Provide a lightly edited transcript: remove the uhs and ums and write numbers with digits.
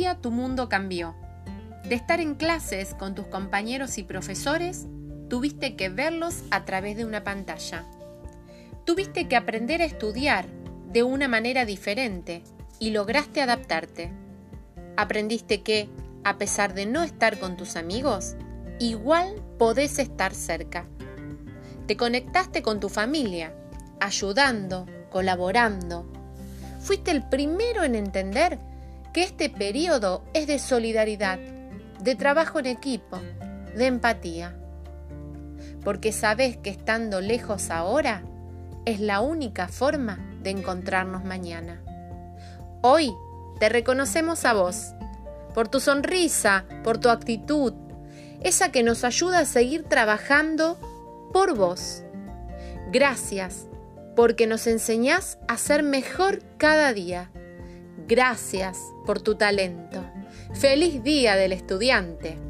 día tu mundo cambió. De estar en clases con tus compañeros y profesores, tuviste que verlos a través de una pantalla. Tuviste que aprender a estudiar de una manera diferente y lograste adaptarte. Aprendiste que, a pesar de no estar con tus amigos, igual podés estar cerca. Te conectaste con tu familia, ayudando, colaborando. Fuiste el primero en entender que este periodo es de solidaridad, de trabajo en equipo, de empatía. Porque sabés que estando lejos ahora es la única forma de encontrarnos mañana. Hoy te reconocemos a vos, por tu sonrisa, por tu actitud, esa que nos ayuda a seguir trabajando por vos. Gracias, porque nos enseñás a ser mejor cada día. Gracias por tu talento. ¡Feliz Día del Estudiante!